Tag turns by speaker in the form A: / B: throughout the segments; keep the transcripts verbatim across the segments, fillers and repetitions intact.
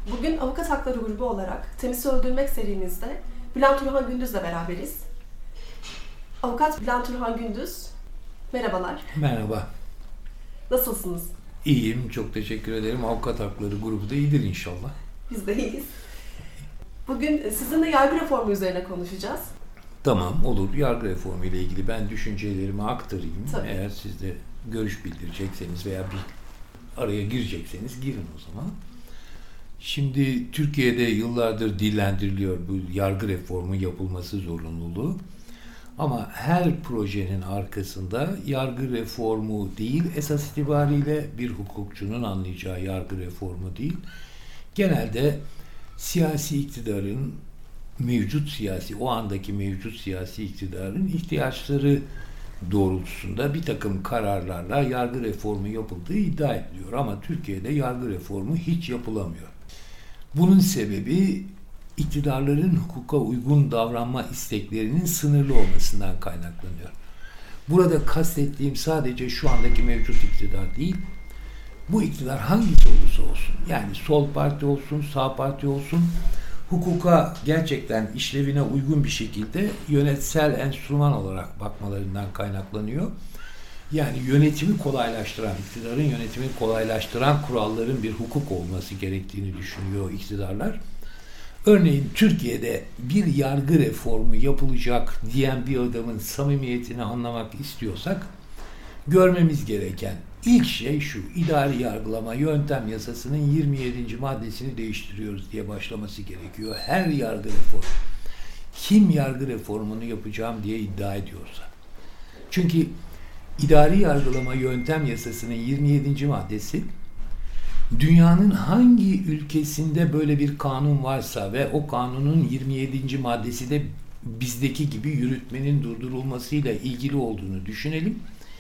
A: Bugün Avukat Hakları Grubu olarak Temiz'i Öldürmek serimizde Bülent Turhan Gündüz'le beraberiz. Avukat Bülent Turhan Gündüz, merhabalar.
B: Merhaba.
A: Nasılsınız?
B: İyiyim, çok teşekkür ederim. Avukat Hakları Grubu da iyidir inşallah.
A: Biz de iyiyiz. Bugün sizinle yargı reformu üzerine konuşacağız.
B: Tamam, olur. Yargı reformu ile ilgili ben düşüncelerimi aktarayım.
A: Tabii.
B: Eğer siz de görüş bildirecekseniz veya bir araya girecekseniz girin o zaman. Şimdi Türkiye'de yıllardır dillendiriliyor bu yargı reformu yapılması zorunluluğu. Ama her projenin arkasında yargı reformu değil, esas itibariyle bir hukukçunun anlayacağı yargı reformu değil, genelde siyasi iktidarın, mevcut siyasi, o andaki mevcut siyasi iktidarın ihtiyaçları doğrultusunda bir takım kararlarla yargı reformu yapıldığı iddia ediliyor. Ama Türkiye'de yargı reformu hiç yapılamıyor. Bunun sebebi iktidarların hukuka uygun davranma isteklerinin sınırlı olmasından kaynaklanıyor. Burada kastettiğim sadece şu andaki mevcut iktidar değil, bu iktidar hangisi olursa olsun, yani sol parti olsun, sağ parti olsun, hukuka gerçekten işlevine uygun bir şekilde yönetsel enstrüman olarak bakmalarından kaynaklanıyor. Yani yönetimi kolaylaştıran, iktidarın yönetimini kolaylaştıran kuralların bir hukuk olması gerektiğini düşünüyor iktidarlar. Örneğin Türkiye'de bir yargı reformu yapılacak diyen bir adamın samimiyetini anlamak istiyorsak, görmemiz gereken ilk şey şu: idari yargılama yöntem yasasının yirmi yedinci maddesini değiştiriyoruz diye başlaması gerekiyor. Her yargı reformu, kim yargı reformunu yapacağım diye iddia ediyorsa. Çünkü idari yargılama yöntem yasasının yirmi yedinci maddesi, dünyanın hangi ülkesinde böyle bir kanun varsa ve o kanunun yirmi yedinci maddesi de bizdeki gibi yürütmenin durdurulmasıyla ilgili olduğunu düşünelim.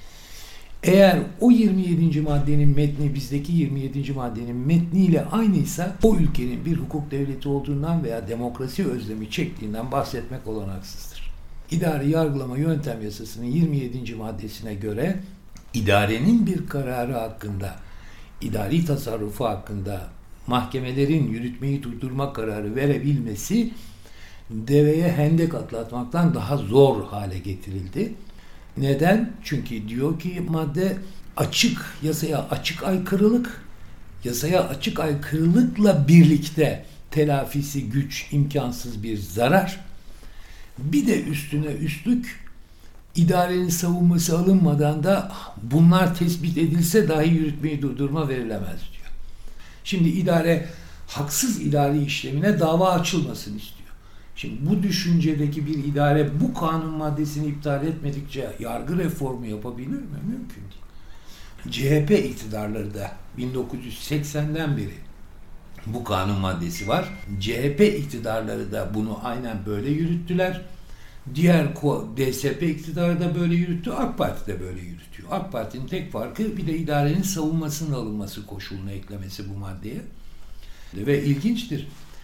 B: Eğer o yirmi yedinci maddenin metni bizdeki yirmi yedinci maddenin metniyle aynıysa, o ülkenin bir hukuk devleti olduğundan veya demokrasi özlemi çektiğinden bahsetmek olanaksızdır. İdari yargılama yöntem yasasının yirmi yedinci maddesine göre idarenin bir kararı hakkında, idari tasarrufu hakkında mahkemelerin yürütmeyi durdurma kararı verebilmesi deveye hendek atlatmaktan daha zor hale getirildi. Neden? Çünkü diyor ki madde, açık, yasaya açık aykırılık, yasaya açık aykırılıkla birlikte telafisi güç, imkansız bir zarar, bir de üstüne üstlük idarenin savunması alınmadan da bunlar tespit edilse dahi yürütmeyi durdurma verilemez diyor. Şimdi idare haksız idari işlemine dava açılmasını istiyor. Şimdi bu düşüncedeki bir idare bu kanun maddesini iptal etmedikçe yargı reformu yapabilir mi? Mümkün değil. C H P iktidarları da bin dokuz yüz seksenden beri bu kanun maddesi var. C H P iktidarları da bunu aynen böyle yürüttüler. Diğer D S P iktidarı da böyle yürüttü, AK Parti de böyle yürütüyor. AK Parti'nin tek farkı bir de idarenin savunmasının alınması koşulunu eklemesi bu maddeye. Ve ilginçtir.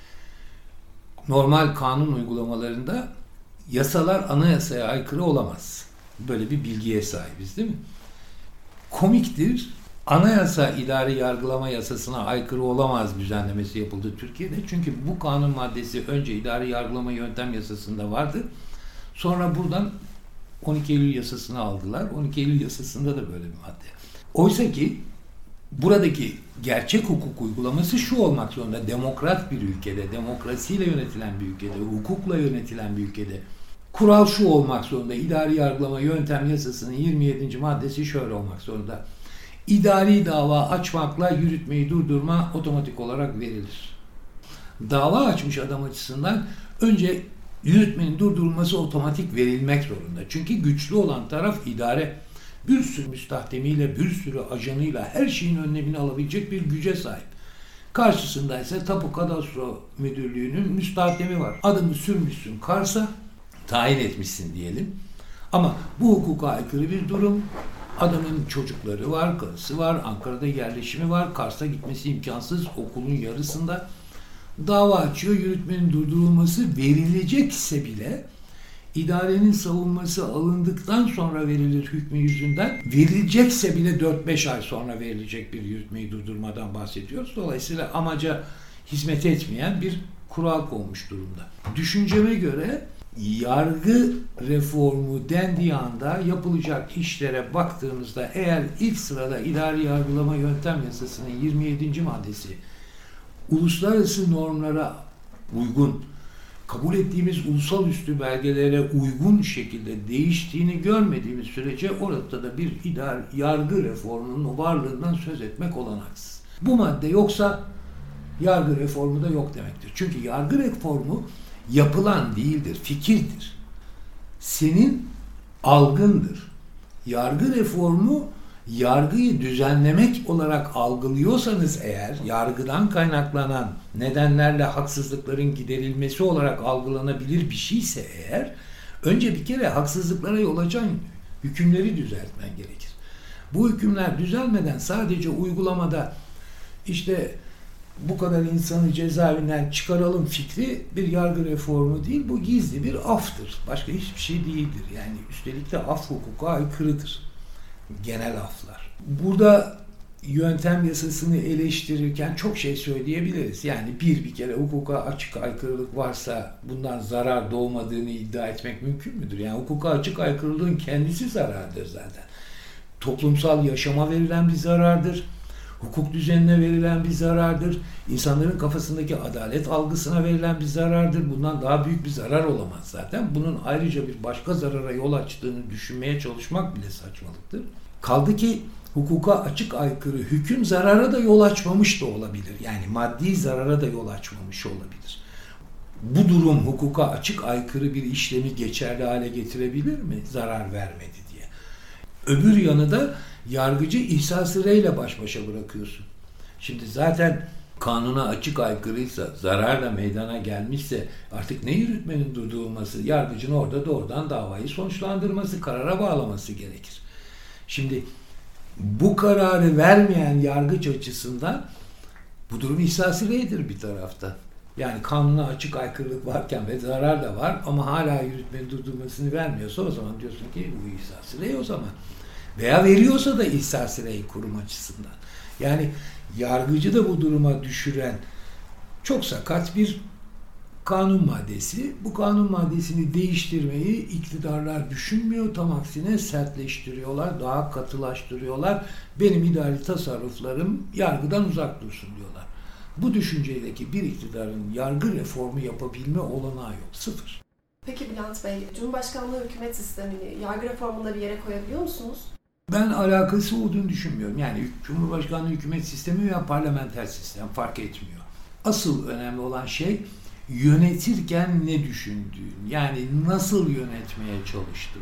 B: Normal kanun uygulamalarında yasalar anayasaya aykırı olamaz. Böyle bir bilgiye sahibiz değil mi? Komiktir. Anayasa idari yargılama yasasına aykırı olamaz düzenlemesi yapıldı Türkiye'de. Çünkü bu kanun maddesi önce idari yargılama yöntem yasasında vardı. Sonra buradan on iki Eylül yasasını aldılar. on iki Eylül yasasında da böyle bir madde. Oysa ki buradaki gerçek hukuk uygulaması şu olmak zorunda: demokrat bir ülkede, demokrasiyle yönetilen bir ülkede, hukukla yönetilen bir ülkede kural şu olmak zorunda: idari yargılama yöntem yasasının yirmi yedinci maddesi şöyle olmak zorunda: İdari dava açmakla yürütmeyi durdurma otomatik olarak verilir. Dava açmış adam açısından önce yürütmenin durdurulması otomatik verilmek zorunda. Çünkü güçlü olan taraf idare. Bir sürü müstahdemiyle, bir sürü ajanıyla her şeyin önlemini alabilecek bir güce sahip. Karşısında ise Tapu Kadastro Müdürlüğü'nün müstahdemi var. Adımı sürmüşsün Kars'a, tayin etmişsin diyelim. Ama bu hukuka aykırı bir durum. Adamın çocukları var, karısı var, Ankara'da yerleşimi var, Kars'a gitmesi imkansız, okulun yarısında. Dava açıyor, yürütmenin durdurulması verilecekse bile idarenin savunması alındıktan sonra verilir hükmü yüzünden, verilecekse bile dört beş ay sonra verilecek bir yürütmeyi durdurmadan bahsediyoruz. Dolayısıyla amaca hizmet etmeyen bir kural konmuş durumda. Düşünceme göre yargı reformu dendiği anda yapılacak işlere baktığımızda eğer ilk sırada idari yargılama yöntem yasasının yirmi yedinci maddesi uluslararası normlara uygun, kabul ettiğimiz ulusal üstü belgelere uygun şekilde değiştiğini görmediğimiz sürece orada da bir idari yargı reformunun varlığından söz etmek olanaksız. Bu madde yoksa yargı reformu da yok demektir. Çünkü yargı reformu yapılan değildir, fikirdir. Senin algındır. Yargı reformu yargıyı düzenlemek olarak algılıyorsanız eğer, yargıdan kaynaklanan nedenlerle haksızlıkların giderilmesi olarak algılanabilir bir şeyse eğer, önce bir kere haksızlıklara yol açan hükümleri düzeltmen gerekir. Bu hükümler düzelmeden sadece uygulamada işte bu kadar insanı cezaevinden çıkaralım fikri bir yargı reformu değil, bu gizli bir aftır. Başka hiçbir şey değildir. Yani üstelik de af hukuka aykırıdır. Genel aflar. Burada yöntem yasasını eleştirirken çok şey söyleyebiliriz. Yani bir bir kere hukuka açık aykırılık varsa bundan zarar doğmadığını iddia etmek mümkün müdür? Yani hukuka açık aykırılığın kendisi zarardır zaten. Toplumsal yaşama verilen bir zarardır. Hukuk düzenine verilen bir zarardır. İnsanların kafasındaki adalet algısına verilen bir zarardır. Bundan daha büyük bir zarar olamaz zaten. Bunun ayrıca bir başka zarara yol açtığını düşünmeye çalışmak bile saçmalıktır. Kaldı ki hukuka açık aykırı hüküm zarara da yol açmamış da olabilir. Yani maddi zarara da yol açmamış olabilir. Bu durum hukuka açık aykırı bir işlemi geçerli hale getirebilir mi? Zarar vermedi diye. Öbür yanı da yargıcı ihsas-ı reyle baş başa bırakıyorsun. Şimdi zaten kanuna açık aykırıysa, zararla meydana gelmişse artık ne yürütmenin durdurulması, yargıcın orada doğrudan davayı sonuçlandırması, karara bağlaması gerekir. Şimdi bu kararı vermeyen yargıç açısından bu durum ihsas-ı reydir bir tarafta. Yani kanuna açık aykırılık varken ve zarar da var ama hala yürütmenin durdurmasını vermiyorsa o zaman diyorsun ki bu ihsas-ı rey o zaman. Veya veriyorsa da ihsas-ı rey kurum açısından. Yani yargıcı da bu duruma düşüren çok sakat bir kanun maddesi. Bu kanun maddesini değiştirmeyi iktidarlar düşünmüyor. Tam aksine sertleştiriyorlar, daha katılaştırıyorlar. Benim idari tasarruflarım yargıdan uzak dursun diyorlar. Bu düşünceydeki bir iktidarın yargı reformu yapabilme olanağı yok. Sıfır.
A: Peki Bülent Bey, Cumhurbaşkanlığı hükümet sistemini yargı reformunda bir yere koyabiliyor musunuz?
B: Ben alakası olduğunu düşünmüyorum. Yani Cumhurbaşkanlığı hükümet sistemi veya parlamenter sistem fark etmiyor. Asıl önemli olan şey yönetirken ne düşündüğün, yani nasıl yönetmeye çalıştığın.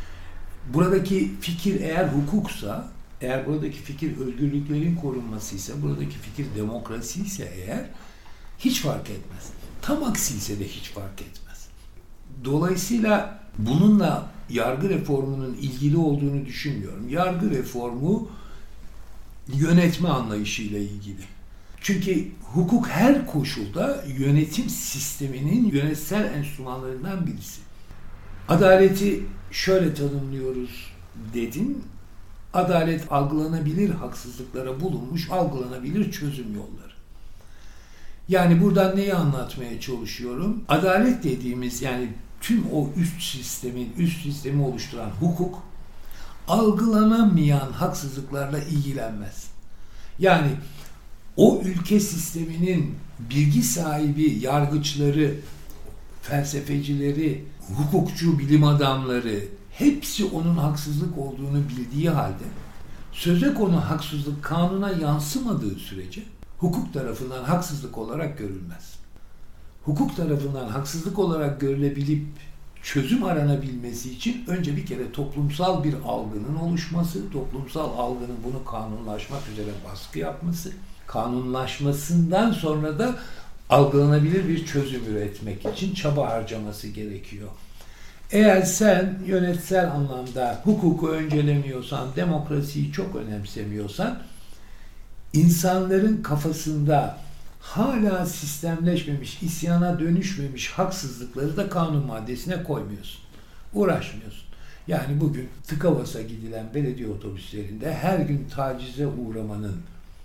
B: Buradaki fikir eğer hukuksa, eğer buradaki fikir özgürlüklerin korunmasıysa, buradaki fikir demokrasi ise eğer hiç fark etmez. Tam aksi ise de hiç fark etmez. Dolayısıyla bununla yargı reformunun ilgili olduğunu düşünmüyorum. Yargı reformu yönetme anlayışıyla ilgili. Çünkü hukuk her koşulda yönetim sisteminin yönetsel enstrümanlarından birisi. Adaleti şöyle tanımlıyoruz dedin. Adalet algılanabilir haksızlıklara bulunmuş algılanabilir çözüm yolları. Yani buradan neyi anlatmaya çalışıyorum? Adalet dediğimiz yani tüm o üst sistemin, üst sistemi oluşturan hukuk algılanamayan haksızlıklarla ilgilenmez. Yani o ülke sisteminin bilgi sahibi yargıçları, felsefecileri, hukukçu, bilim adamları hepsi onun haksızlık olduğunu bildiği halde söze konu haksızlık kanuna yansımadığı sürece hukuk tarafından haksızlık olarak görülmez. Hukuk tarafından haksızlık olarak görülebilip çözüm aranabilmesi için önce bir kere toplumsal bir algının oluşması, toplumsal algının bunu kanunlaşmak üzere baskı yapması, kanunlaşmasından sonra da algılanabilir bir çözüm üretmek için çaba harcaması gerekiyor. Eğer sen yönetsel anlamda hukuku öncelemiyorsan, demokrasiyi çok önemsemiyorsan, insanların kafasında hala sistemleşmemiş, isyana dönüşmemiş haksızlıkları da kanun maddesine koymuyorsun. Uğraşmıyorsun. Yani bugün tıka basa gidilen belediye otobüslerinde her gün tacize uğramanın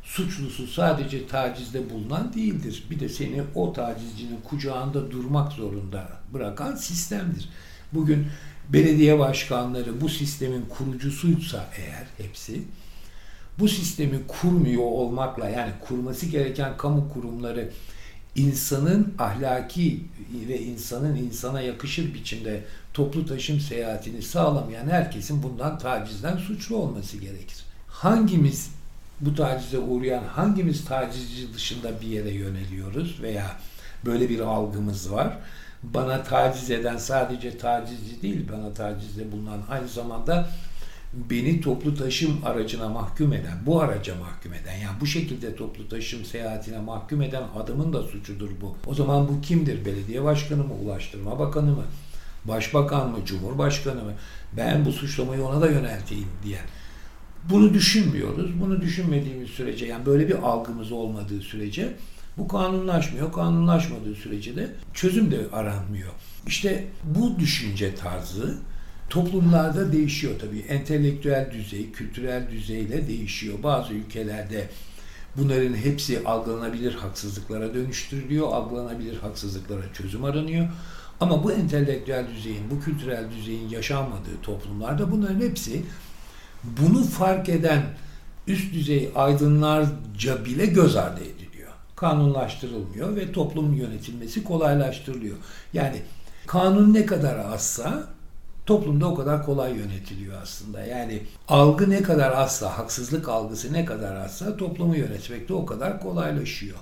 B: suçlusu sadece tacizde bulunan değildir. Bir de seni o tacizcinin kucağında durmak zorunda bırakan sistemdir. Bugün belediye başkanları bu sistemin kurucusuysa eğer hepsi, bu sistemi kurmuyor olmakla, yani kurması gereken kamu kurumları insanın ahlaki ve insanın insana yakışır biçimde toplu taşım seyahatini sağlamayan herkesin bundan tacizden suçlu olması gerekir. Hangimiz bu tacize uğrayan, hangimiz tacizci dışında bir yere yöneliyoruz veya böyle bir algımız var? Bana taciz eden sadece tacizci değil, bana tacizde bulunan aynı zamanda beni toplu taşım aracına mahkum eden, bu araca mahkum eden, yani bu şekilde toplu taşım seyahatine mahkum eden adamın da suçudur bu. O zaman bu kimdir? Belediye başkanı mı? Ulaştırma Bakanı mı? Başbakan mı? Cumhurbaşkanı mı? Ben bu suçlamayı ona da yönelteyim diyen. Bunu düşünmüyoruz. Bunu düşünmediğimiz sürece, yani böyle bir algımız olmadığı sürece bu kanunlaşmıyor. Kanunlaşmadığı sürece de çözüm de aranmıyor. İşte bu düşünce tarzı toplumlarda değişiyor tabii. Entelektüel düzey, kültürel düzeyle değişiyor. Bazı ülkelerde bunların hepsi algılanabilir haksızlıklara dönüştürülüyor. Algılanabilir haksızlıklara çözüm aranıyor. Ama bu entelektüel düzeyin, bu kültürel düzeyin yaşanmadığı toplumlarda bunların hepsi bunu fark eden üst düzey aydınlarca bile göz ardı ediliyor. Kanunlaştırılmıyor ve toplum yönetilmesi kolaylaştırılıyor. Yani kanun ne kadar azsa toplumda o kadar kolay yönetiliyor aslında. Yani algı ne kadar azsa, haksızlık algısı ne kadar azsa toplumu yönetmek de o kadar kolaylaşıyor.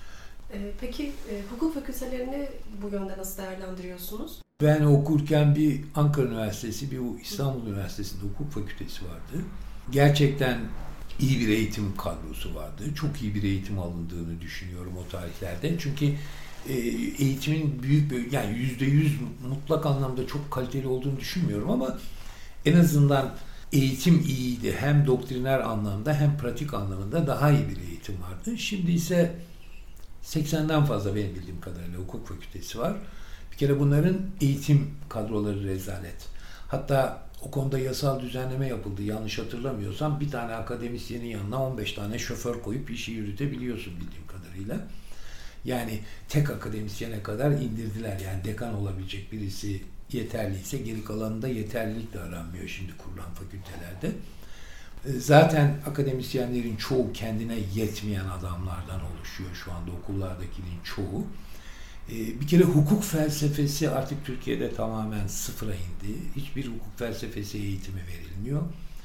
A: Peki e, hukuk fakültelerini bu yönde nasıl değerlendiriyorsunuz?
B: Ben okurken bir Ankara Üniversitesi, bir İstanbul Üniversitesi'nde hukuk fakültesi vardı. Gerçekten iyi bir eğitim kadrosu vardı. Çok iyi bir eğitim alındığını düşünüyorum o tarihlerde. Çünkü e, eğitimin büyük bir, yani yüzde yüz mutlak anlamda çok kaliteli olduğunu düşünmüyorum ama en azından eğitim iyiydi. Hem doktriner anlamda hem pratik anlamında daha iyi bir eğitim vardı. Şimdi ise seksenden fazla benim bildiğim kadarıyla hukuk fakültesi var. Bir kere bunların eğitim kadroları rezalet. Hatta o konuda yasal düzenleme yapıldı. Yanlış hatırlamıyorsam bir tane akademisyenin yanına on beş tane şoför koyup işi yürütebiliyorsun bildiğim kadarıyla. Yani tek akademisyene kadar indirdiler. Yani dekan olabilecek birisi yeterliyse geri kalanında yeterlilik de aranmıyor şimdi kurulan fakültelerde. Zaten akademisyenlerin çoğu kendine yetmeyen adamlardan oluşuyor şu anda okullardakinin çoğu. Bir kere hukuk felsefesi artık Türkiye'de tamamen sıfıra indi. Hiçbir hukuk felsefesi eğitimi verilmiyor.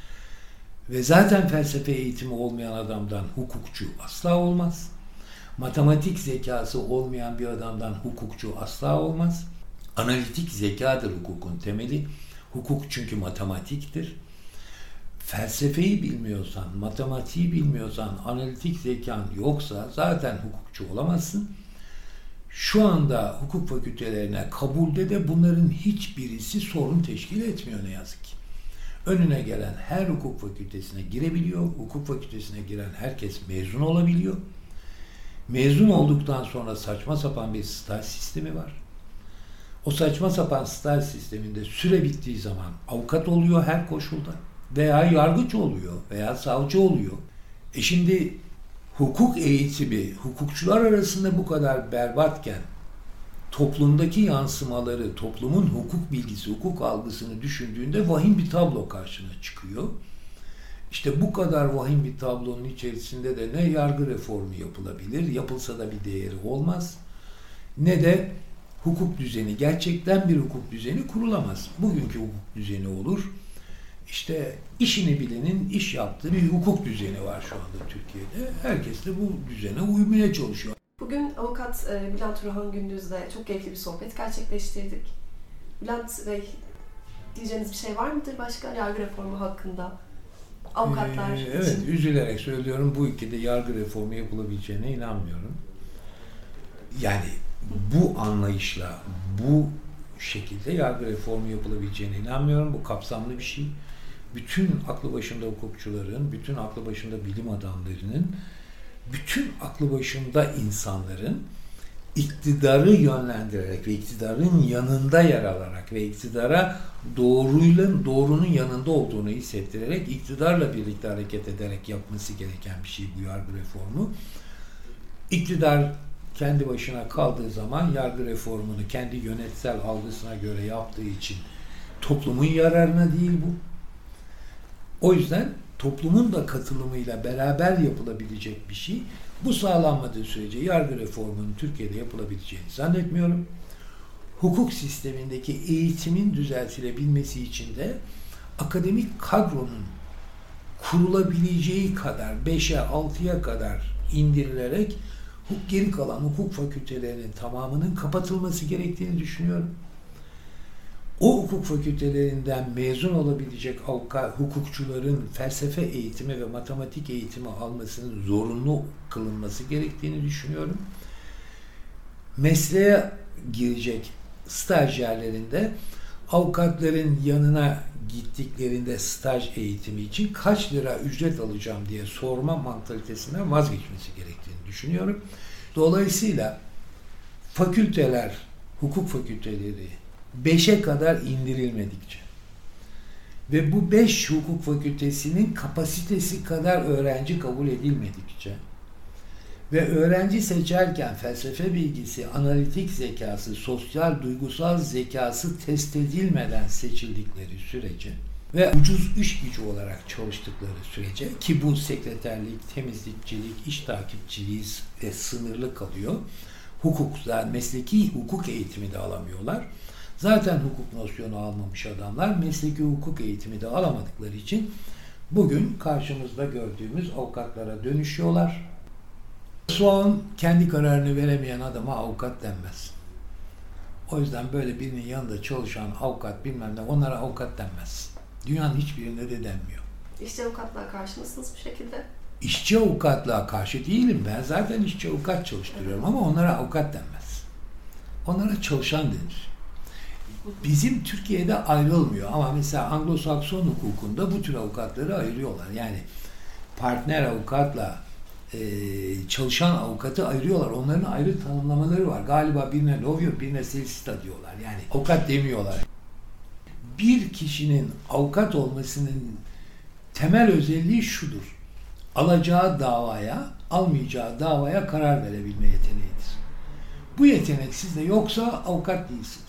B: Ve zaten felsefe eğitimi olmayan adamdan hukukçu asla olmaz. Matematik zekası olmayan bir adamdan hukukçu asla olmaz. Analitik zekadır hukukun temeli. Hukuk çünkü matematiktir. Felsefeyi bilmiyorsan, matematiği bilmiyorsan, analitik zekan yoksa zaten hukukçu olamazsın. Şu anda hukuk fakültelerine kabulde de bunların hiçbirisi sorun teşkil etmiyor ne yazık ki. Önüne gelen her hukuk fakültesine girebiliyor. Hukuk fakültesine giren herkes mezun olabiliyor. Mezun olduktan sonra saçma sapan bir staj sistemi var. O saçma sapan staj sisteminde süre bittiği zaman avukat oluyor her koşulda. Veya yargıç oluyor veya savcı oluyor. E şimdi hukuk eğitimi hukukçular arasında bu kadar berbatken toplumdaki yansımaları, toplumun hukuk bilgisi, hukuk algısını düşündüğünde vahim bir tablo karşına çıkıyor. İşte bu kadar vahim bir tablonun içerisinde de ne yargı reformu yapılabilir, yapılsa da bir değeri olmaz, ne de hukuk düzeni, gerçekten bir hukuk düzeni kurulamaz. Bugünkü hukuk düzeni olur. İşte işini bilenin iş yaptığı bir hukuk düzeni var şu anda Türkiye'de. Herkes de bu düzene uymaya çalışıyor.
A: Bugün avukat Bülent Turhan Gündüz'le çok keyifli bir sohbet gerçekleştirdik. Bülent Bey, diyeceğiniz bir şey var mıdır başka yargı reformu hakkında? Avukatlar
B: ee,
A: için.
B: Evet, üzülerek söylüyorum, bu ülkede yargı reformu yapılabileceğine inanmıyorum. Yani bu anlayışla, bu şekilde yargı reformu yapılabileceğine inanmıyorum. Bu kapsamlı bir şey. Bütün aklı başında hukukçuların, bütün aklı başında bilim adamlarının, bütün aklı başında insanların iktidarı yönlendirerek ve iktidarın yanında yer alarak ve iktidara doğruyla doğrunun yanında olduğunu hissettirerek iktidarla birlikte hareket ederek yapması gereken bir şey bu yargı reformu. İktidar kendi başına kaldığı zaman yargı reformunu kendi yönetsel algısına göre yaptığı için toplumun yararına değil bu. O yüzden toplumun da katılımıyla beraber yapılabilecek bir şey. Bu sağlanmadığı sürece yargı reformunun Türkiye'de yapılabileceğini zannetmiyorum. Hukuk sistemindeki eğitimin düzeltilebilmesi için de akademik kadronun kurulabileceği kadar beşe altıya kadar indirilerek geri kalan hukuk fakültelerinin tamamının kapatılması gerektiğini düşünüyorum. O hukuk fakültelerinden mezun olabilecek avukat, hukukçuların felsefe eğitimi ve matematik eğitimi almasının zorunlu kılınması gerektiğini düşünüyorum. Mesleğe girecek stajyerlerinde avukatların yanına gittiklerinde staj eğitimi için kaç lira ücret alacağım diye sorma mantalitesinden vazgeçmesi gerektiğini düşünüyorum. Dolayısıyla fakülteler, hukuk fakülteleri beşe kadar indirilmedikçe ve bu beş hukuk fakültesinin kapasitesi kadar öğrenci kabul edilmedikçe ve öğrenci seçerken felsefe bilgisi, analitik zekası, sosyal, duygusal zekası test edilmeden seçildikleri sürece ve ucuz iş gücü olarak çalıştıkları sürece, ki bu sekreterlik, temizlikçilik, iş takipçiliği ve sınırlı kalıyor. Hukukta, mesleki hukuk eğitimi de alamıyorlar. Zaten hukuk nosyonu almamış adamlar mesleki hukuk eğitimi de alamadıkları için bugün karşımızda gördüğümüz avukatlara dönüşüyorlar. Son kendi kararını veremeyen adama avukat denmez. O yüzden böyle birinin yanında çalışan avukat bilmem ne, onlara avukat denmez. Dünyanın hiçbirinde de denmiyor.
A: İşçi avukatlığa karşı mısınız bu şekilde?
B: İşçi avukatlığa karşı değilim. Ben zaten işçi avukat çalıştırıyorum ama onlara avukat denmez. Onlara çalışan denir. Bizim Türkiye'de ayrılmıyor ama mesela Anglo-Sakson hukukunda bu tür avukatları ayırıyorlar. Yani partner avukatla e, çalışan avukatı ayırıyorlar. Onların ayrı tanımlamaları var. Galiba birine lawyer, birine solicitor diyorlar. Yani avukat demiyorlar. Bir kişinin avukat olmasının temel özelliği şudur: alacağı davaya, almayacağı davaya karar verebilme yeteneğidir. Bu yetenek sizde yoksa avukat değilsinizdir.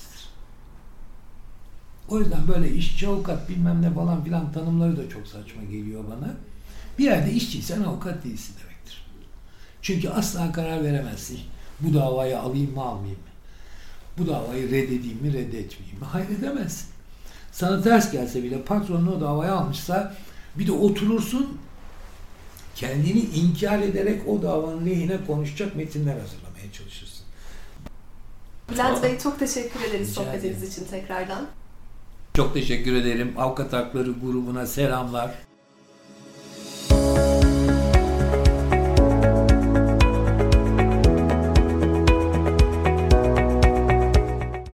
B: O yüzden böyle işçi avukat bilmem ne falan filan tanımları da çok saçma geliyor bana. Bir yerde işçiysen avukat değilsin demektir. Çünkü asla karar veremezsin. Bu davayı alayım mı almayayım mı? Bu davayı reddedeyim mi reddetmeyeyim mi? Hayır, edemezsin. Sana ters gelse bile patronun o davayı almışsa bir de oturursun kendini inkar ederek o davanın lehine konuşacak metinler hazırlamaya çalışırsın.
A: Bülent Bey, çok teşekkür ederiz
B: Rica
A: sohbetiniz
B: ederim.
A: için tekrardan.
B: Çok teşekkür ederim. Avukat Hakları grubuna selamlar.